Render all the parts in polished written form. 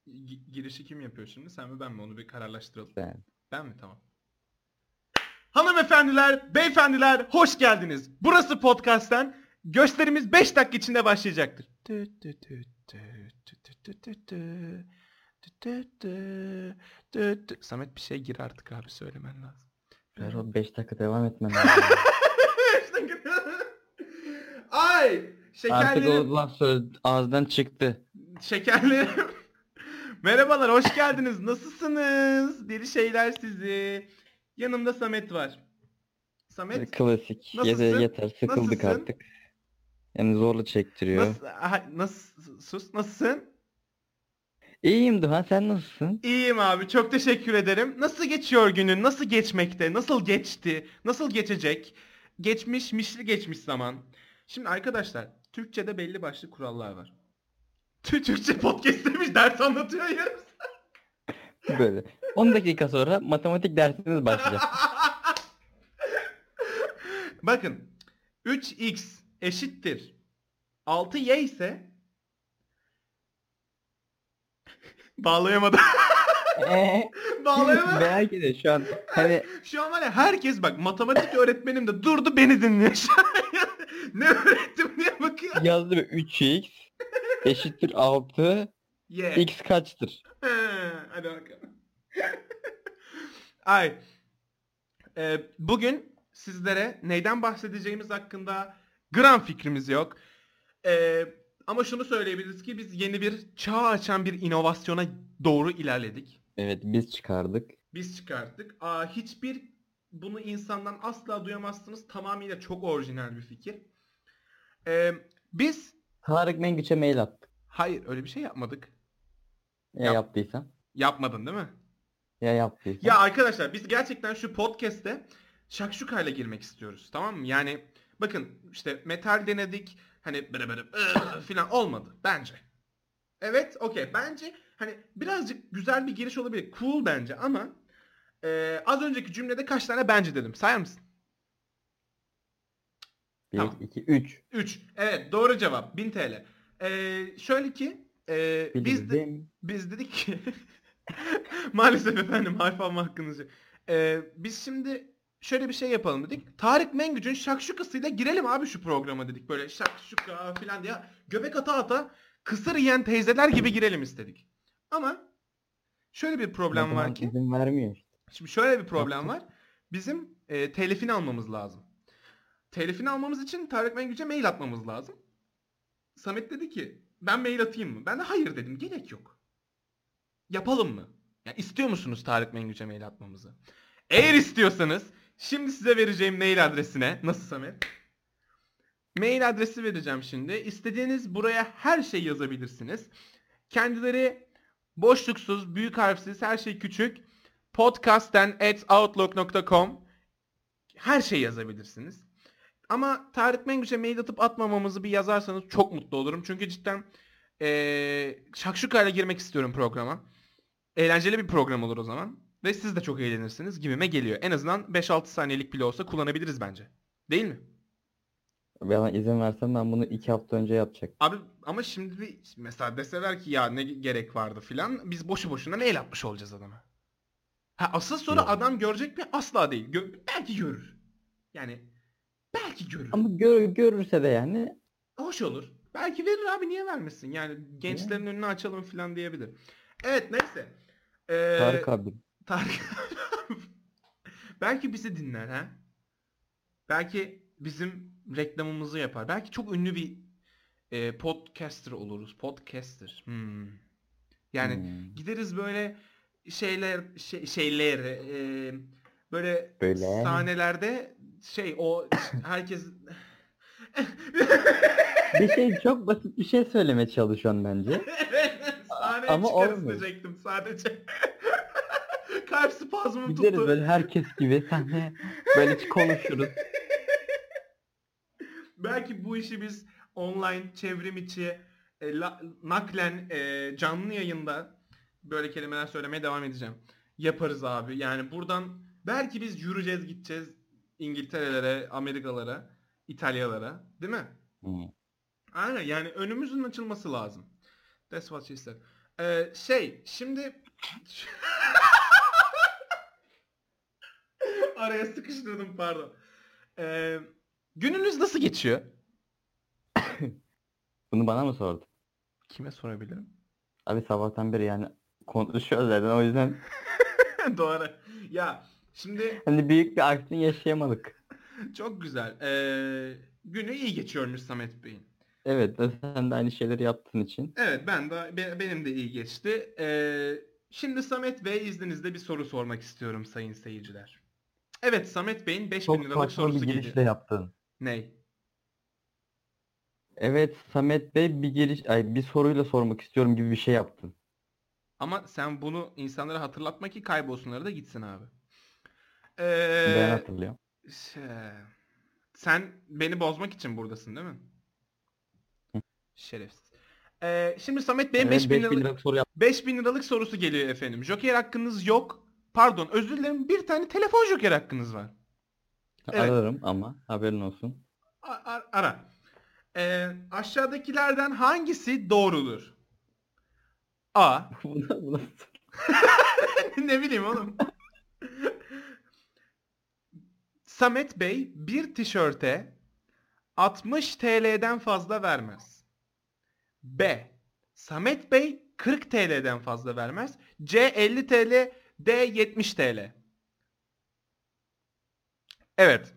Girişi kim yapıyor şimdi? Sen mi ben mi? Onu bir kararlaştıralım. Ben. Ben mi? Tamam. Hanımefendiler, beyefendiler hoş geldiniz. Burası podcast'ten. Gösterimiz 5 dakika içinde başlayacaktır. Samet bir şey gir artık abi, söylemen lazım. Ferhat 5 dakika devam etmen lazım. Ay Artık şekerlerim. o laf söz ağızdan çıktı. Şekerlerim. Merhabalar, hoş geldiniz. Nasılsınız? Deli şeyler sizi. Yanımda Samet var. Samet, Klasik. nasılsın? Yeter sıkıldık Nasılsın? artık. Yani zorla çektiriyor. Nasıl? Sus, nasılsın? İyiyim Duhan, sen nasılsın? İyiyim abi, çok teşekkür ederim. Nasıl geçiyor günün? Nasıl geçmekte? Nasıl geçti? Nasıl geçecek? Mişli geçmiş zaman. Şimdi arkadaşlar, Türkçe'de belli başlı kurallar var. Türkçe podcast demiş, ders anlatıyor yarım. Böyle. 10 dakika sonra matematik dersiniz başlayacak. Bakın, 3x eşittir 6y ise bağlayamadım. Bağlayamadım. Belki de şu an hani Şu an var ya, herkes bak, matematik öğretmenim de durdu beni dinliyor şu an. Ne öğrettim diye bakıyor. yazdı 3x eşittir 6 Yeah. x kaçtır? Hadi bakalım. Ay. Bugün sizlere neyden bahsedeceğimiz hakkında gram fikrimiz yok. Ama şunu söyleyebiliriz ki biz yeni bir çağ açan bir inovasyona doğru ilerledik. Evet, biz çıkardık. Biz çıkarttık. Hiçbir bunu insandan asla duyamazsınız. Tamamıyla çok orijinal bir fikir. Biz Tarık Mengüç'e mail attık. hayır, öyle bir şey yapmadık. Ya yaptıysan? Yapmadın değil mi? Ya yaptıysan? Ya arkadaşlar, biz gerçekten şu podcast'te şakşukayla girmek istiyoruz, tamam mı? Yani bakın, işte metal denedik, hani bırı bırı falan olmadı bence. Evet, okey, bence hani birazcık güzel bir giriş olabilir, cool bence, ama az önceki cümlede kaç tane bence dedim, sayar mısın? 1, Tamam. 2, 3. 3. Evet, doğru cevap 1000 TL. Şöyle ki Bildim. biz dedik ki maalesef efendim, harf alma hakkınız yok. Biz şimdi şöyle bir şey yapalım dedik. Tarık Mengüc'ün şakşukasıyla girelim abi şu programa dedik. Böyle şakşuka falan diye göbek ata ata kısır yiyen teyzeler gibi girelim istedik. Ama şöyle bir problem var Matematik ki. izin vermiyor işte. Şimdi şöyle bir problem Yaptık. var. Bizim telifini almamız lazım. Telifini almamız için Tarık Mengüc'e mail atmamız lazım. Samet dedi ki ben mail atayım mı? Ben de hayır dedim, gerek yok. Yapalım mı? Yani istiyor musunuz Tarık Mengüc'e mail atmamızı? Eğer istiyorsanız şimdi size vereceğim mail adresine, nasıl Samet? Mail adresi vereceğim şimdi. İstediğiniz buraya her şey yazabilirsiniz. Kendileri boşluksuz, büyük harfsiz, her şey küçük. podcasten@outlook.com, her şey yazabilirsiniz. Ama Tarık Mengüç'e mail atıp atmamamızı bir yazarsanız çok mutlu olurum. Çünkü cidden şakşukayla girmek istiyorum programa. Eğlenceli bir program olur o zaman. Ve siz de çok eğlenirsiniz gibime geliyor. En azından 5-6 saniyelik bile olsa kullanabiliriz bence. Değil mi? Bana izin versen ben bunu 2 hafta önce yapacaktım. Abi ama şimdi bir mesela deseler ki ya ne gerek vardı filan, biz boşu boşuna mail atmış olacağız adama. Asıl soru Yok. adam görecek mi? Asla değil. Belki görür. Yani belki görür. Ama görürse de yani Hoş olur. Belki verir abi, niye vermesin? Yani gençlerin önünü açalım filan diyebilir. Evet, neyse. Tarık abi. Tarık belki bizi dinler ha. Belki bizim reklamımızı yapar. Belki çok ünlü bir podcaster oluruz. Podcaster. Yani gideriz böyle şeyler böyle Böyle. sahnelerde o herkes Çok basit bir şey söylemeye çalışıyorsun bence. sahneye Ama çıkarız olmuyor. diyecektim sadece. Kalp spazmım Gideriz tuttu. böyle herkes gibi sahneye böyle konuşuruz. Belki bu işi biz online, çevrim içi, naklen, canlı yayında böyle kelimeler söylemeye devam edeceğim. Yaparız abi. Yani buradan belki biz yürüyeceğiz, gideceğiz İngiltere'lere, Amerikalara, İtalyalara, değil mi? Hı. Aynen, yani önümüzün açılması lazım. That's what she said. Şimdi araya sıkıştırdım, pardon. Gününüz nasıl geçiyor? Bunu bana mı sordun? Kime sorabilirim? Abi sabahtan beri yani konuşuyoruz zaten o yüzden Doğru. Ya şimdi hani büyük bir aksiyon yaşayamadık. çok güzel. Günü iyi geçiyormuş Samet Bey'in. Evet, sen de aynı şeyleri yaptığın için. Evet, benim de iyi geçti. Şimdi Samet Bey, izninizle bir soru sormak istiyorum sayın seyirciler. Evet, Samet Bey'in 5.000 Çok liralık saçma bir sorusu girişle geliyor. yaptın. Ney? Evet Samet Bey bir soruyla sormak istiyorum gibi bir şey yaptın. Ama sen bunu insanlara hatırlatma ki kaybolsunlar da gitsin abi. Ben Ee, hatırlıyorum. şey, Sen beni bozmak için buradasın değil mi? Hı. Şerefsiz. Şimdi Samet Bey'in Evet 5000 5.000 liralık liralık soru yaptın. 5000 liralık sorusu geliyor efendim. Joker hakkınız yok. Pardon, özür dilerim. Bir tane telefon joker hakkınız var. Evet. Ararım ama haberin olsun. Ara. Aşağıdakilerden hangisi doğrudur? A. Buna Ne bileyim oğlum. Samet Bey bir tişörte 60 TL'den fazla vermez. B. Samet Bey 40 TL'den fazla vermez. C 50 TL, D 70 TL. Evet.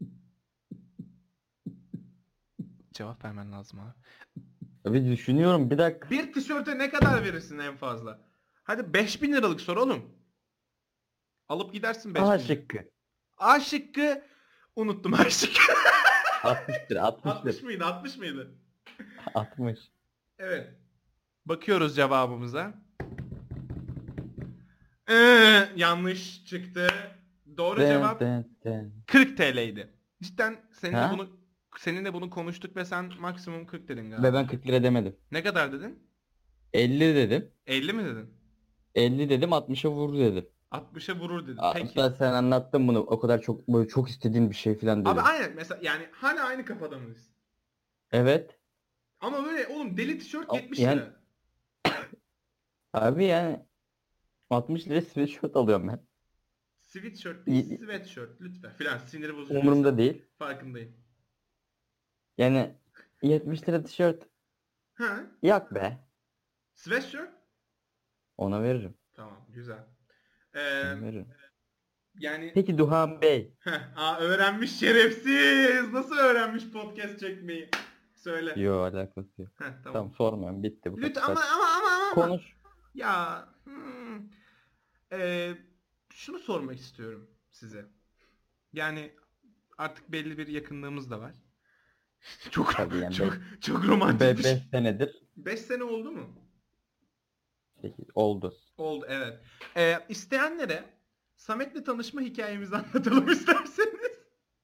Cevap vermen lazım abi. bir düşünüyorum bir dakika. Bir tişörte ne kadar verirsin en fazla? Hadi 5000 liralık sor oğlum. Alıp gidersin A 5000 lira. şıkkı. A şıkkı. Unuttum A şıkkı. 60 lira 60 60 lira. mıydı? 60 mıydı? 60. Evet. Bakıyoruz cevabımıza. Yanlış çıktı. Doğru Den, cevap den, den. 40 TL'ydi. Cidden Ha? seninle bunu konuştuk ve sen maksimum 40 dedin Ve galiba. ben 40 lira demedim. Ne kadar dedin? 50 dedim. 50 mi dedin? 50 dedim 60'a vur dedim. 60'a vurur dedin. Hatta Peki. sen anlattın bunu. O kadar çok böyle çok istediğin bir şey falan Abi dedin. aynen, mesela yani hala aynı kafada mıyız? Evet. Ama böyle oğlum, deli tişört 70 Yani lira. abi yani 60 lira sweatshirt alıyorum ben. Sweatshirt değil, sweatshirt lütfen filan, siniri bozucu bir Umurumda insan. değil. Farkındayım. Yani 70 lira tişört Ha? yak be. Sweatshirt? Ona veririm. Tamam, güzel. Ee, Ona veririm. Yani Peki Duhan Bey. öğrenmiş şerefsiz. Nasıl öğrenmiş podcast çekmeyi? Söyle. Yo alakası yok. Tamam. Tamam sormuyorum bitti bu Lütfen, kadar. ama. Konuş. Ya ee, şunu sormak istiyorum size. Yani artık belli bir yakınlığımız da var. Çok Tabii yani çok romantik bir 5 şey. senedir 5 sene oldu mu? oldu. Oldu, evet. İsteyenlere Samet'le tanışma hikayemizi anlatalım isterseniz.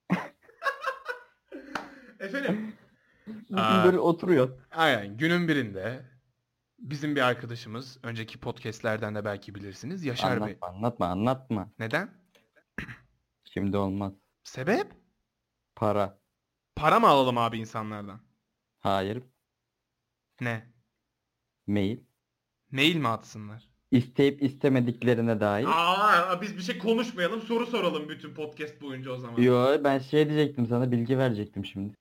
Efendim. Bugün böyle oturuyor. Aynen, günün birinde bizim bir arkadaşımız, önceki podcastlerden de belki bilirsiniz, Yaşar Bey. Anlatma. Neden? Şimdi olmaz. Sebep? Para. Para mı alalım abi insanlardan? Hayır. Ne? Mail. Mail mi atsınlar? İsteyip istemediklerine dair. Biz bir şey konuşmayalım, soru soralım bütün podcast boyunca o zaman. Yo ben şey diyecektim sana bilgi verecektim şimdi.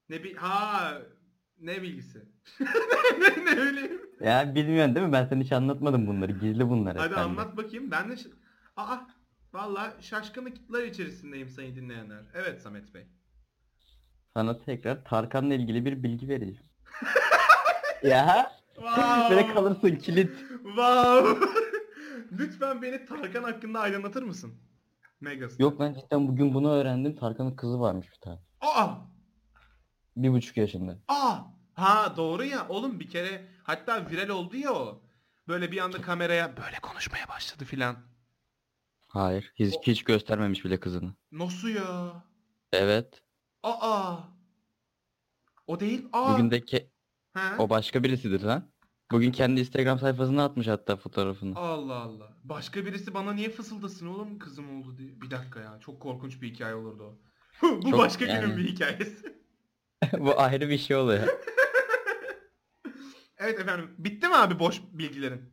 Ne bilgisi? Ne bileyim. Ya bilmiyorsun değil mi? Ben sana hiç anlatmadım bunları. Gizli bunlar hep Hadi bende. anlat bakayım. Ben de Aa, vallahi şaşkınlıklar içerisindeyim sayın dinleyenler. Evet Samet Bey. Sana tekrar Tarkan'la ilgili bir bilgi vereceğim. Ya böyle Wow. kalırsın kilit. Wow. Lütfen beni Tarkan hakkında aydınlatır mısın? Megastar. Yok ben cidden bugün bunu öğrendim. Tarkan'ın kızı varmış bir tane. Aa! 1,5 yaşında. Ha doğru ya. Oğlum bir kere hatta viral oldu ya o. Böyle bir anda kameraya böyle konuşmaya başladı filan. Hayır. Hiç göstermemiş bile kızını. Nasıl ya? Evet. Aa! O değil. Bugün de Ha? o başka birisidir lan. Bugün kendi Instagram sayfasına atmış hatta fotoğrafını. Allah Allah. Başka birisi bana niye fısıldasın oğlum kızım oldu diye. Bir dakika ya. Çok korkunç bir hikaye olurdu o. Bu Çok başka günün yani. bir hikayesi. Bu ayrı bir şey oluyor. Evet efendim. Bitti mi abi boş bilgilerin?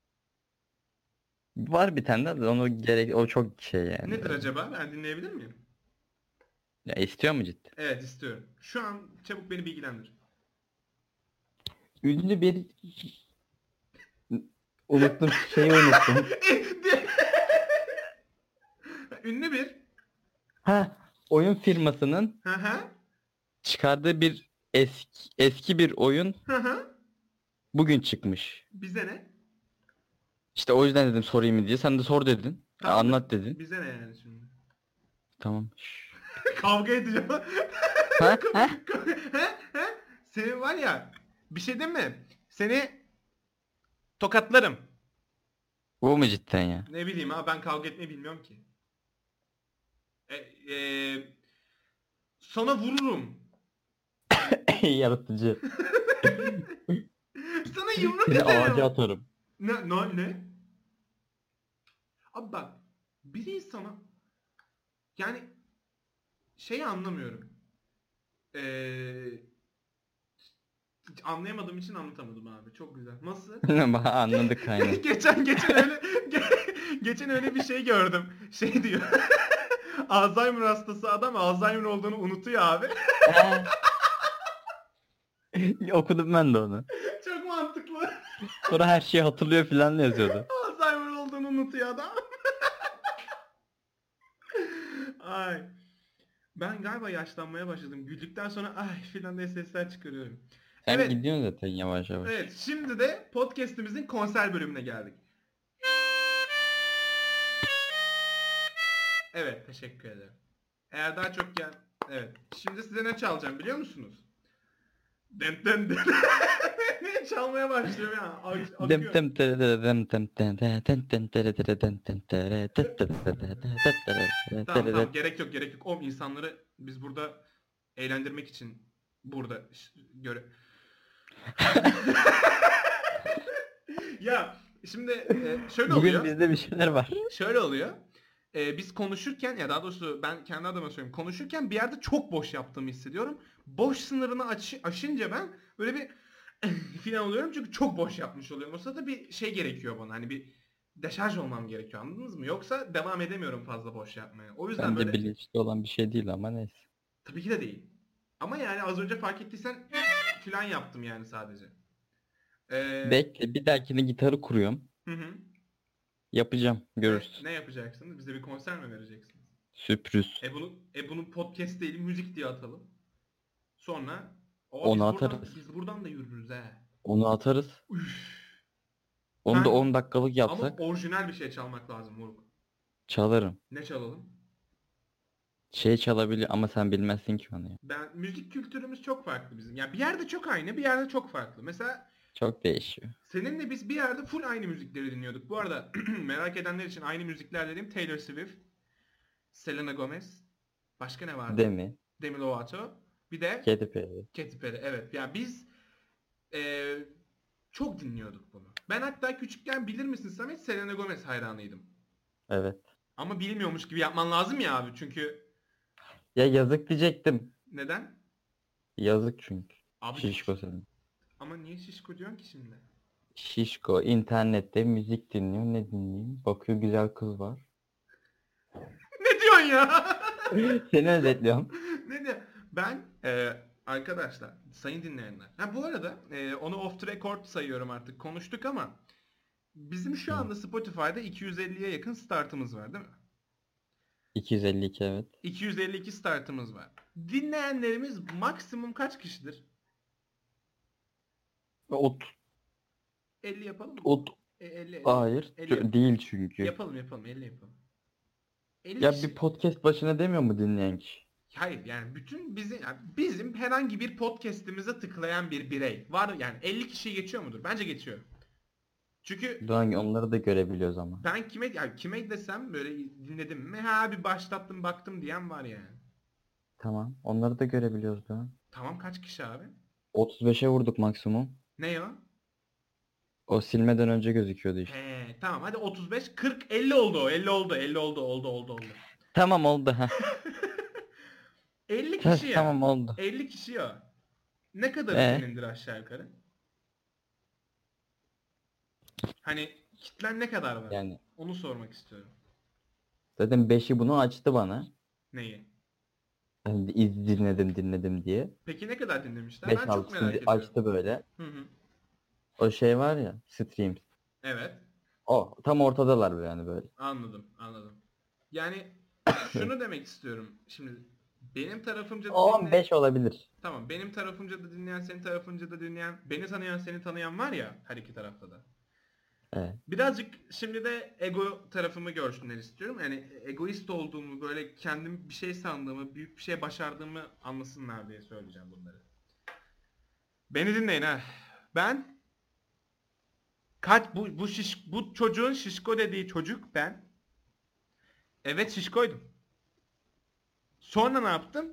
Var bir tane de onu gerek o çok şey yani. Nedir acaba? Ben dinleyebilir miyim? Ya istiyor mu cidden? Evet istiyorum. Şu an çabuk beni bilgilendir. Ünlü bir unuttum şeyi unuttum. Ünlü bir. Ha, oyun firmasının Hı hı. çıkardığı bir eski bir oyun Hı hı. bugün çıkmış. Bize ne? İşte o yüzden dedim sorayım mı diye. Sen de sor dedin. Tamam da Anlat dedin. bize ne yani şimdi? Tamam. Şş. Kavga edeceğim. Ha? Ha? He? He? Senin var ya bir şey değil mi? Seni tokatlarım. Bu mu cidden ya? Ne bileyim ha ben kavga etmeyi bilmiyorum ki. E, e, sana vururum. Yaratıcı. Sana yumruk Seni ağaca ederim. atarım. Ne? Abi bak bir insana yani şeyi anlamıyorum. Eee hiç anlayamadığım için anlatamadım abi. Çok güzel. Nasıl? Anladık aynen. Geçen öyle bir şey gördüm. Şey diyor. Alzheimer hastası adam Alzheimer olduğunu unutuyor abi. Ha. Okudum ben de onu. Çok mantıklı. Sonra her şeyi hatırlıyor falan yazıyordu. Alzheimer olduğunu unutuyor adam. Ay. Ben galiba yaşlanmaya başladım. Güldükten sonra ay filan diye sesler çıkarıyorum. Sen Evet. gidiyorsun zaten yavaş yavaş. Evet. Şimdi de podcast'imizin konser bölümüne geldik. Evet. Teşekkür ederim. Eğer daha çok gel... Evet. Şimdi size ne çalacağım biliyor musunuz? Den den den. Çalmaya başlıyorum ya. Dem Akıyor. dem tere tere dem dem tem tere ten ten tere tere ten ten tere tet tere tere tet tere tere Tamam tere tamam. tet. Gerek yok. Oğlum insanları biz burada eğlendirmek için burada göre... Ya şimdi şöyle Bugün oluyor. bizde bir şeyler var. Şöyle oluyor. Biz konuşurken ya daha doğrusu ben kendi adıma söyleyeyim. Konuşurken bir yerde çok boş yaptığımı hissediyorum. Boş sınırını aşınca ben böyle bir falan oluyorum çünkü çok boş yapmış oluyorum. O sırada bir şey gerekiyor bana. Hani bir deşarj olmam gerekiyor anladınız mı? Yoksa devam edemiyorum fazla boş yapmaya. O yüzden Bence böyle bilinçli olan bir şey değil ama neyse. tabii ki de değil. Ama yani az önce fark ettiysen falan yaptım yani sadece. Ee, Bekle bir dahakine gitarı kuruyorum. hı hı. Yapacağım. Ne Görürsün. yapacaksınız? Bize bir konser mi vereceksiniz? Sürpriz. Bunu podcast değil müzik diye atalım. Sonra Onu atarız. biz buradan da yürürüz he. Onu atarız. Üf. Onu da Ben 10 dakikalık ama yapsak orijinal bir şey çalmak lazım moruk. çalarım. Ne çalalım? Şey çalabilir ama sen bilmezsin ki onu ya. Ben müzik kültürümüz çok farklı bizim. Ya bir yerde çok aynı, bir yerde çok farklı. Mesela Çok değişiyor. seninle biz bir yerde full aynı müzikleri dinliyorduk. Bu arada merak edenler için aynı müzikler dediğim Taylor Swift, Selena Gomez, başka ne vardı? Demi, Demi Lovato, bir de Katy Perry. Katy Perry. Evet. Ya biz eee, çok dinliyorduk bunu. Ben hatta küçükken bilir misin Samet Selena Gomez hayranıydım. Evet. Ama bilmiyormuş gibi yapman lazım ya abi çünkü Ya yazık diyecektim. neden? Yazık çünkü. Abi Şişko senin. ama niye şişko diyorsun ki şimdi? Şişko internette müzik dinliyor. Ne dinleyeyim? Bakıyor güzel kız var. Ne diyorsun ya? Seni özetliyorum. Ne diyor? Ben arkadaşlar sayın dinleyenler. Ha bu arada onu off the record sayıyorum artık konuştuk ama bizim şu Hı. anda Spotify'da 250'ye yakın startımız var değil mi? 252 evet. 252 startımız var. Dinleyenlerimiz maksimum kaç kişidir? Ot, 50 yapalım mı? ot, 50 hayır. 50 Değil çünkü. yapalım 50 yapalım. 50 Ya kişi. bir podcast başına demiyor mu dinleyen kişi? Hayır yani bütün bizim herhangi bir podcast'imize tıklayan bir birey var yani 50 kişiyi geçiyor mudur? Bence geçiyor. Çünkü Doğan onları da görebiliyoruz ama. ben kime desem böyle dinledim mi ha bir başlattım baktım diyen var yani. Tamam. Onları da görebiliyoruz Doğan. Tamam kaç kişi abi? 35'e vurduk maksimum. Ne o? O silmeden önce gözüküyordu işte. He tamam hadi 35 40 50 oldu o 50 oldu 50 oldu. Tamam oldu ha. 50 kişi ya. Tamam oldu. 50 kişi ya. Ne kadar Ee? senindir aşağı yukarı? Hani kitlen ne kadar var? Yani Onu sormak istiyorum. zaten 5'i bunu açtı bana. Neyi? Ben de dinledim diye. Peki ne kadar dinlemişler? Ben çok 5-6'sı merak ediyorum. açtı böyle. Hı hı. O şey var ya, streams. Evet. O tam ortadalar yani böyle. Anladım, anladım. Yani şunu demek istiyorum. Şimdi benim tarafımca da 15 olabilir. tamam, benim tarafımca da dinleyen, senin tarafınca da dinleyen, beni tanıyan, seni tanıyan var ya her iki tarafta da. Evet. Birazcık şimdi de ego tarafımı görsünler istiyorum. Yani egoist olduğumu, böyle kendim bir şey sandığımı, büyük bir şey başardığımı anlasınlar diye söyleyeceğim bunları. Beni dinleyin ha. Ben bu çocuğun şişko dediği çocuk ben. Evet, şişkoydum. Sonra ne yaptım?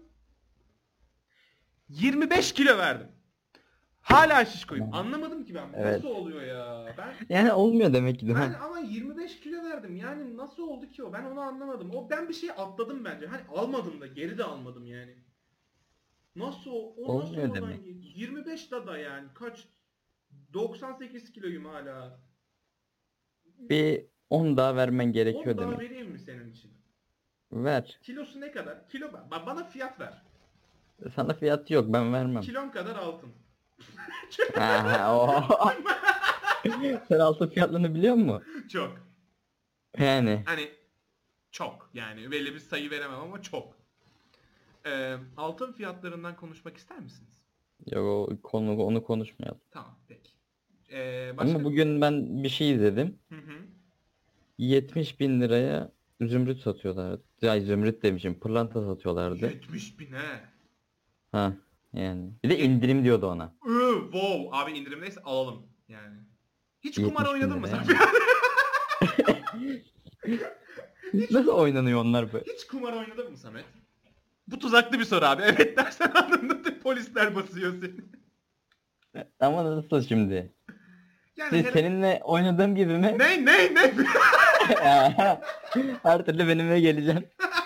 25 kilo verdim. Hala şişkoyum. Tamam. Anlamadım ki ben. Bu Evet. nasıl oluyor ya? Yani olmuyor demek ki değil Ben mi? ama 25 kilo verdim. Yani nasıl oldu ki o? Ben onu anlamadım. Ben bir şey atladım bence. Hani almadım da geri de almadım yani. Nasıl o nasıl Olmuyor oradan demek. 25 da yani kaç 98 kiloyum hala. Bir 10 daha vermen 10 gerekiyor daha demek. vereyim mi senin için? Ver. Kilosu ne kadar? Bana fiyat ver. Sana fiyatı yok, ben vermem. Kilom kadar altın. Ha, o. Sen altın fiyatlarını biliyor musun? Çok. Yani. Hani çok yani belli bir sayı veremem ama çok. Altın fiyatlarından konuşmak ister misiniz? Yok, onu konuşmayalım. Tamam, peki. Ama Başka? bugün ben bir şey izledim. Hı hı. 70 bin liraya zümrüt satıyorlardı. Ya zümrüt demişim, pırlanta satıyorlardı. 70 bin he. Ha yani. Bir de indirim diyordu ona. Wow abi, indirimdeyse alalım yani. Hiç kumar 70 bin oynadın lira mı sen? yani. hiç, Nasıl kumar, oynanıyor onlar böyle? hiç kumar oynadın mı Samet? Bu tuzaklı bir soru abi. Evet dersen anında polisler basıyor seni. Ama nasıl şimdi? Yani Seninle oynadığım gibi mi? ne? Her türlü benim eve geleceksin.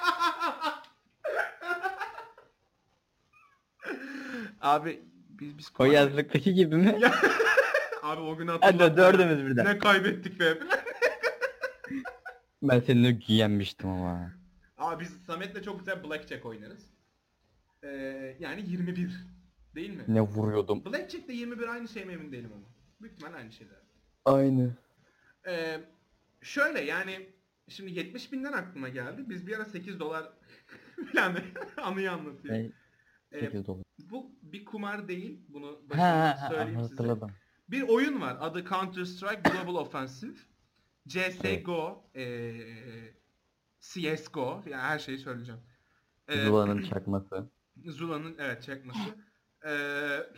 Abi biz O kumar yazlıktaki gibi mi? Ya, abi o günü Hadi hatırlatma ya. dördümüz birden. Ne kaybettik be. Ben seninle yenmiştim ama. Abi biz Samet'le çok güzel blackjack oynarız. Yani 21. Değil mi? Ne vuruyordum. Blackjack'le 21 aynı şey mi emin değilim ama. Büyük ihtimal aynı şeyler. Aynı. Ee, Şöyle yani şimdi 70 binden aklıma geldi. Biz bir ara 8 dolar falan anıyı anlatıyor. Ne? Ee, 8 dolar. Bu bir kumar değil. Bunu başından Ha, söyleyeyim size. hatırladım. Bir oyun var. Adı Counter Strike Global Offensive. Evet. CSGO, CSGO, yani her şeyi söyleyeceğim. Zula'nın çakması. Zula'nın evet çakması. Eee,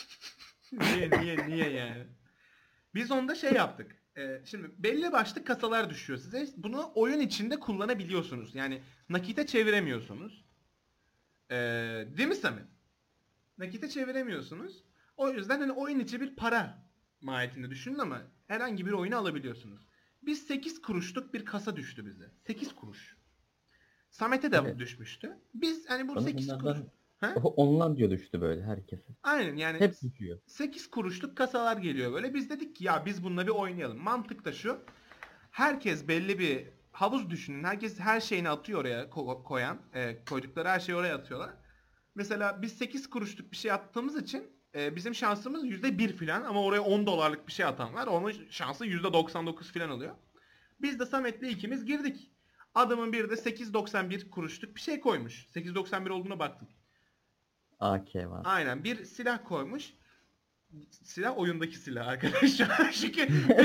niye yani? Biz onda şey yaptık. Şimdi belli başlı kasalar düşüyor size. Bunu oyun içinde kullanabiliyorsunuz. Yani nakite çeviremiyorsunuz. Değil mi Samet? Nakite çeviremiyorsunuz. O yüzden hani oyun içi bir para mahiyetinde düşünün ama herhangi bir oyunu alabiliyorsunuz. Biz 8 kuruşluk bir kasa düştü bize. 8 kuruş. Samet'e de Evet. düşmüştü. Biz hani bu Bana 8 kuruş... bunlardan Ha? onlar diyor düştü böyle herkese. Aynen yani Hep düşüyor. 8 kuruşluk kasalar geliyor böyle. Biz dedik ki ya biz bununla bir oynayalım. Mantık da şu. Herkes belli bir havuz düşünün. Herkes her şeyini atıyor oraya koyan. Koydukları her şeyi oraya atıyorlar. Mesela biz 8 kuruşluk bir şey attığımız için bizim şansımız %1 falan ama oraya 10 dolarlık bir şey atan var. Onun şansı %99 falan oluyor. Biz de Samet'le ikimiz girdik. Adamın biri de 8.91 kuruşluk bir şey koymuş. 8.91 olduğuna baktım. AK var. Aynen, bir silah koymuş. Silah oyundaki silah arkadaşlar. Çünkü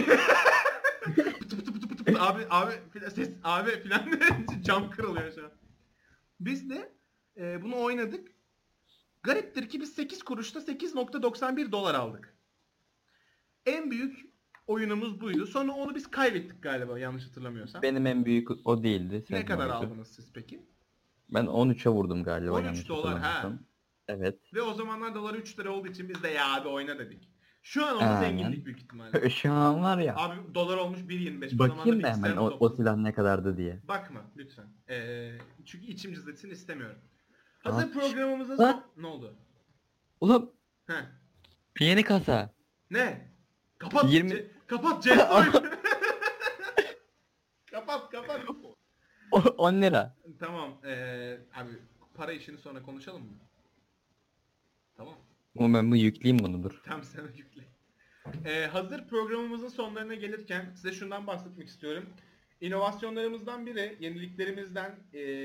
abi ses abi filan cam kırılıyor şu an. Biz de bunu oynadık. Gariptir ki biz 8 kuruşta 8.91 dolar aldık. En büyük oyunumuz buydu. Sonra onu biz kaybettik galiba, yanlış hatırlamıyorsam. Benim en büyük o değildi. Ne Senin kadar oydu. aldınız siz peki? Ben 13'e vurdum galiba 13 yanlış dolar ha. hatırlamıyorsam. Evet. Ve o zamanlar dolar 3 lira olduğu için biz de ya abi oyna dedik. Şu an onu Aynen. zenginlik büyük ihtimalle. Şu an var ya. Abi dolar olmuş 1.25. Bakayım da hemen o silah ne kadardı diye. Bakma lütfen. Çünkü içim cızlasın istemiyorum. Hazır Aa, programımızın lan. Ne oldu? Ulan Heh. yeni kasa. Ne? Kapat. 20 Kapat Jetsoy. Kapat. O 10 lira. Tamam. Abi para işini sonra konuşalım mı? Tamam. Ama ben bu yükleyeyim bunu dur. Tam sen yükle. Hazır programımızın sonlarına gelirken size şundan bahsetmek istiyorum. İnovasyonlarımızdan biri, yeniliklerimizden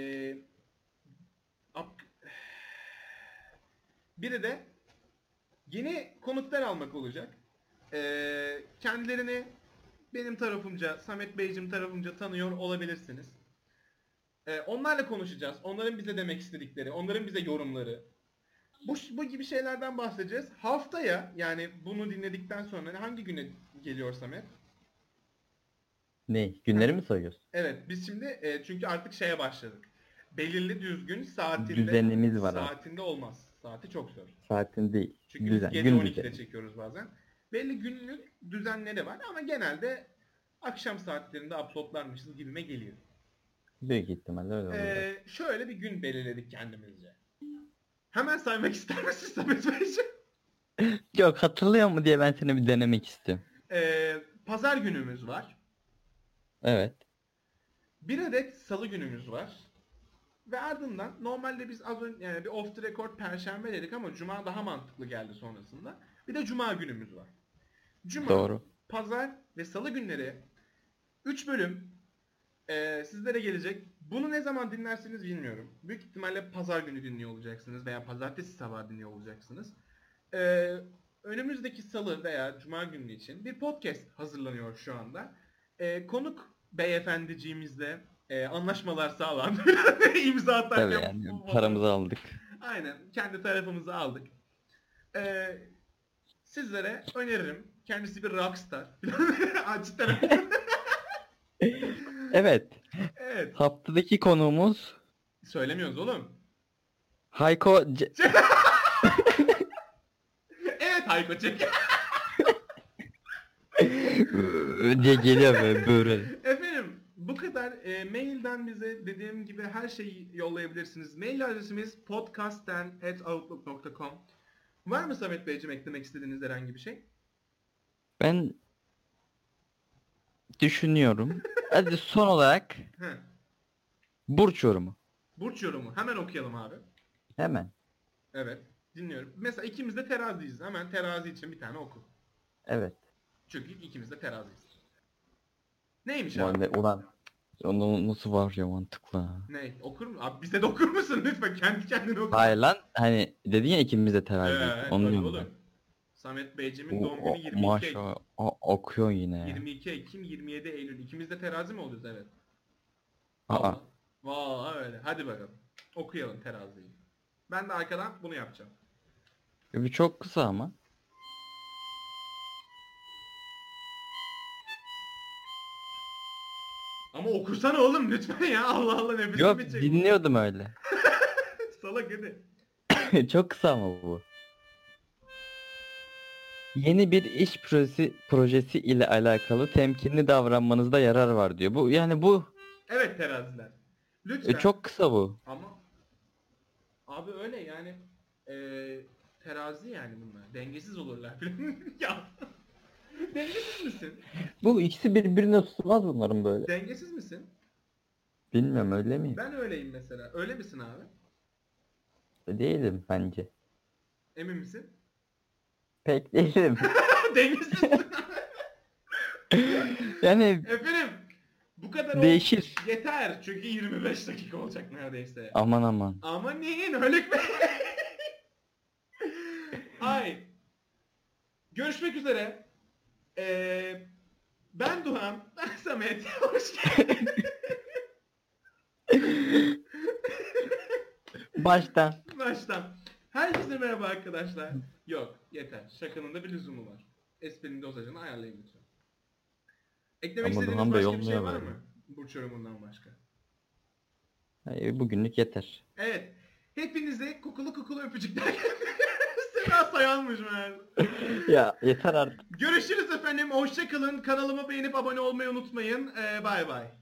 biri de yeni konuklar almak olacak. Kendilerini benim tarafımca, Samet Beyciğim tarafımca tanıyor olabilirsiniz. Onlarla konuşacağız. Onların bize demek istedikleri, onların bize yorumları. Bu gibi şeylerden bahsedeceğiz. Haftaya, yani bunu dinledikten sonra hangi güne geliyor Samet? Ne? Günleri mi sayıyorsun? Evet, biz şimdi çünkü artık şeye başladık. Belirli düzgün saatinde Düzenimiz var saatinde olmaz. Saati çok zor. Saatin değil. Çünkü Düzen. biz gece Gün 12'de düzeni. çekiyoruz bazen. Belli günlük düzenleri var ama genelde akşam saatlerinde uploadlarmışız gibime geliyor. Büyük ihtimalle öyle olacak. Şöyle bir gün belirledik kendimizce. Hemen saymak ister misin Samet Beyciğim? Yok, hatırlıyor mu diye ben seni bir denemek istiyorum. Pazar günümüz var. Evet. Bir adet salı günümüz var. Ve ardından normalde biz az önce yani bir off the record perşembe dedik ama cuma daha mantıklı geldi sonrasında. Bir de cuma günümüz var. Cuma, Doğru. pazar ve salı günleri 3 bölüm sizlere gelecek. Bunu ne zaman dinlersiniz bilmiyorum. Büyük ihtimalle pazar günü dinliyor olacaksınız veya pazartesi sabahı dinliyor olacaksınız. Önümüzdeki salı veya cuma günü için bir podcast hazırlanıyor şu anda. Konuk beyefendiciğimizle anlaşmalar sağlandı. İmza atarken. Tabii yani paramızı aldık. Aynen. Kendi tarafımızı aldık. Sizlere öneririm. Kendisi bir rockstar. Cidden. Evet. Evet. Haftadaki konuğumuz Söylemiyoruz oğlum. Hayko Evet Hayko çek. diye geliyor böyle. Efendim bu kadar mailden bize dediğim gibi her şeyi yollayabilirsiniz. Mail adresimiz podcasten@outlook.com. Var mı Samet Beyciğim eklemek istediğiniz herhangi bir şey? Ben düşünüyorum. Hadi son olarak He. burç yorumu. Burç yorumu. Hemen okuyalım abi. Hemen. Evet. Dinliyorum. Mesela ikimiz de teraziyiz. Hemen terazi için bir tane oku. Evet. Çünkü ikimiz de teraziyiz. Neymiş abi? Ulan onu nasıl var ya, mantıklı ha. Ne? Okur mu? Abi bize de okur musun lütfen? Kendi kendine oku. Hayır lan, hani dedin ya ikimiz de teraziyiz. Onu tabii diyorum oğlum. ben. Samet Beyciğimin doğum günü 22 Ekim. Maşallah okuyor yine ya. 22 Ekim 27 Eylül. İkimiz de terazi mi oluyoruz? Evet. Aa. Vallahi öyle. Hadi bakalım. Okuyalım teraziyi. Ben de arkadan bunu yapacağım. Bir çok kısa ama. Ama okursana oğlum lütfen ya. Allah Allah nefesimi Yok, çek. dinliyordum öyle. Salak hadi. Çok kısa ama bu. Yeni bir iş projesi ile alakalı temkinli davranmanızda yarar var diyor. Bu yani bu Evet teraziler. Lütfen. çok kısa bu. Ama abi öyle yani terazi yani bunlar. Dengesiz olurlar. Ya. Dengesiz misin? Bu ikisi birbirine tutmaz bunların böyle. Dengesiz misin? Bilmiyorum, öyle miyim? Ben öyleyim mesela. Öyle misin abi? Değilim bence. Emin misin? Pek değilim. Dengesizsin. Yani Efendim bu kadar değişir. yeter. Çünkü 25 dakika olacak neredeyse. Aman aman. Ama neyin Haluk Bey? Ay. Görüşmek üzere. Ben Duhan. Ben Samet. Hoş geldin. Baştan. Baştan. Herkese merhaba arkadaşlar. Yok yeter. Şakanın da bir lüzumu var. Esprinin dozajını ayarlayın lütfen. Eklemek Ama istediğiniz Duhan Bey başka bir şey olmuyor var böyle. mı? Burç yorumundan başka. Hayır, bugünlük yeter. Evet. Hepinize kokulu öpücükler. Sıra sayanmış meğer. Ya yeter artık. Görüşürüz efendim. Hoşça kalın. Kanalıma beğenip abone olmayı unutmayın. Bay bay.